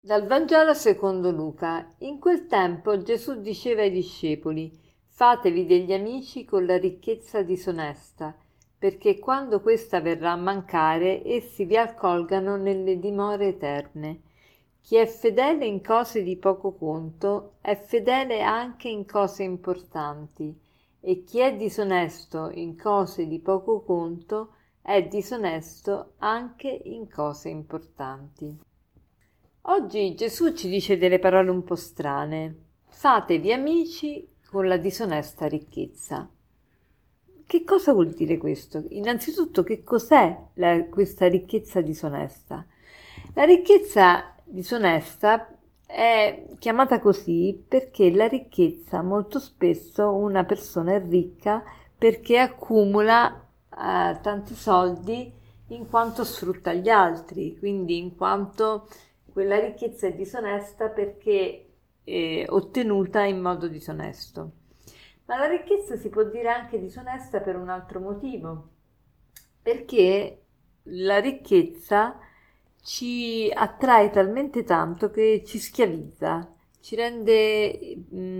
Dal Vangelo secondo Luca. In quel tempo Gesù diceva ai discepoli: fatevi degli amici con la ricchezza disonesta, perché quando questa verrà a mancare, essi vi accolgano nelle dimore eterne. Chi è fedele in cose di poco conto è fedele anche in cose importanti, e chi è disonesto in cose di poco conto è disonesto anche in cose importanti. Oggi Gesù ci dice delle parole un po' strane. Fatevi amici con la disonesta ricchezza. Che cosa vuol dire questo? Innanzitutto, che cos'è questa ricchezza disonesta? La ricchezza disonesta è chiamata così perché la ricchezza, molto spesso una persona è ricca perché accumula tanti soldi in quanto sfrutta gli altri, quindi in quanto quella ricchezza è disonesta perché è ottenuta in modo disonesto. Ma la ricchezza si può dire anche disonesta per un altro motivo, perché la ricchezza ci attrae talmente tanto che ci schiavizza, ci rende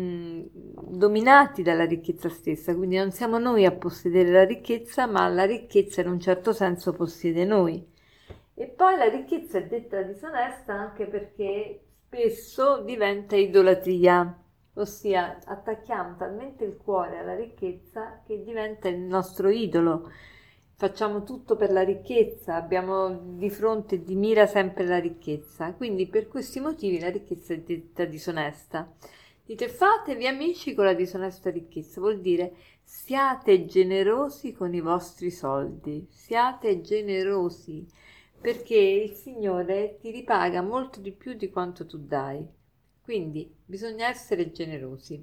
dominati dalla ricchezza stessa, quindi non siamo noi a possedere la ricchezza, ma la ricchezza in un certo senso possiede noi. E poi la ricchezza è detta disonesta anche perché spesso diventa idolatria, ossia attacchiamo talmente il cuore alla ricchezza che diventa il nostro idolo. Facciamo tutto per la ricchezza, abbiamo di fronte di mira sempre la ricchezza, quindi per questi motivi la ricchezza è detta disonesta. Dite fatevi amici con la disonesta ricchezza, vuol dire siate generosi con i vostri soldi, siate generosi, perché il Signore ti ripaga molto di più di quanto tu dai. Quindi bisogna essere generosi.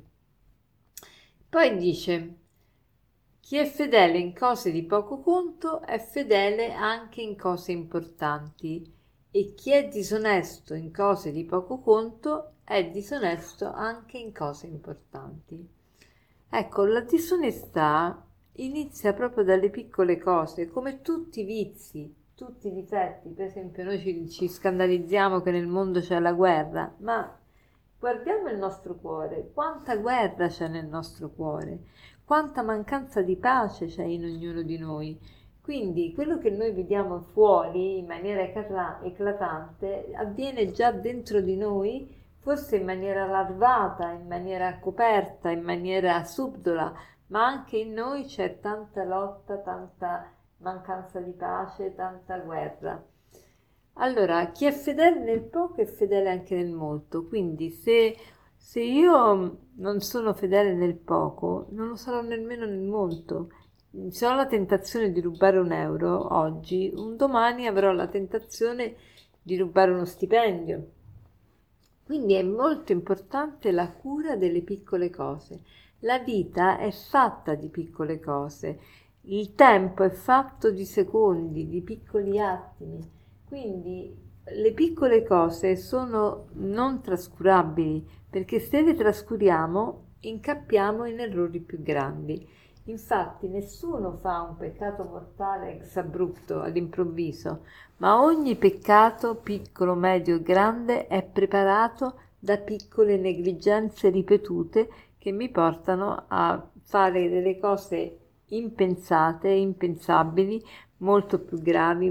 Poi dice: chi è fedele in cose di poco conto è fedele anche in cose importanti, e chi è disonesto in cose di poco conto è disonesto anche in cose importanti. Ecco, la disonestà inizia proprio dalle piccole cose, come tutti i vizi, tutti i difetti. Per esempio, noi ci scandalizziamo che nel mondo c'è la guerra, ma guardiamo il nostro cuore, quanta guerra c'è nel nostro cuore, quanta mancanza di pace c'è in ognuno di noi. Quindi quello che noi vediamo fuori in maniera eclatante avviene già dentro di noi, forse in maniera larvata, in maniera coperta, in maniera subdola, ma anche in noi c'è tanta lotta, tanta mancanza di pace, tanta guerra. Allora, chi è fedele nel poco è fedele anche nel molto, quindi se io non sono fedele nel poco, non lo sarò nemmeno nel molto. Se ho la tentazione di rubare un euro oggi, un domani avrò la tentazione di rubare uno stipendio. Quindi è molto importante la cura delle piccole cose. La vita è fatta di piccole cose, il tempo è fatto di secondi, di piccoli attimi. Quindi le piccole cose sono non trascurabili, perché se le trascuriamo incappiamo in errori più grandi. Infatti nessuno fa un peccato mortale ex abrupto, all'improvviso, ma ogni peccato, piccolo, medio e grande, è preparato da piccole negligenze ripetute che mi portano a fare delle cose impensate, impensabili, molto più gravi,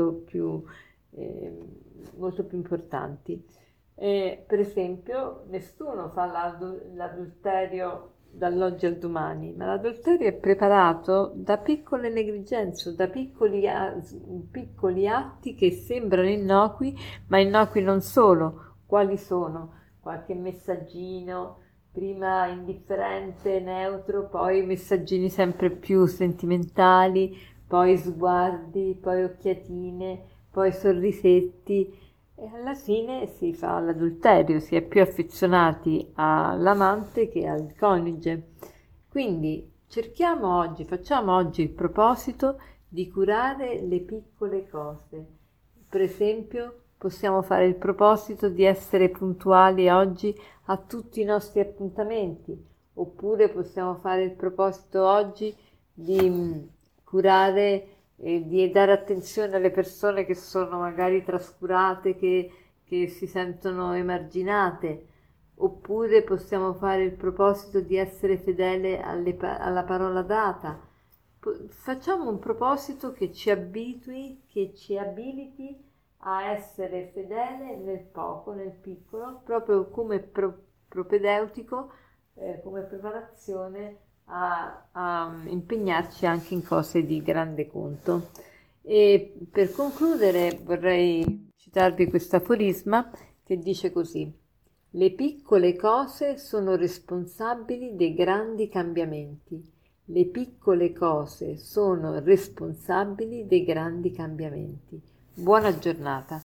molto più importanti. Per esempio, nessuno fa l'adulterio dall'oggi al domani, ma l'adulterio è preparato da piccole negligenze, da piccoli atti che sembrano innocui, ma innocui non sono. Quali sono? Qualche messaggino, prima indifferente, neutro, poi messaggini sempre più sentimentali, poi sguardi, poi occhiatine, poi sorrisetti, e alla fine si fa l'adulterio, si è più affezionati all'amante che al coniuge. Quindi facciamo oggi il proposito di curare le piccole cose. Per esempio, possiamo fare il proposito di essere puntuali oggi a tutti i nostri appuntamenti, oppure possiamo fare il proposito oggi di curare e di dare attenzione alle persone che sono magari trascurate, che che si sentono emarginate, oppure possiamo fare il proposito di essere fedele alla parola data. Facciamo un proposito che ci abitui, che ci abiliti a essere fedele nel poco, nel piccolo, proprio come propedeutico, come preparazione a impegnarci anche in cose di grande conto. E per concludere vorrei citarvi questo aforisma che dice così: le piccole cose sono responsabili dei grandi cambiamenti. Le piccole cose sono responsabili dei grandi cambiamenti. Buona giornata.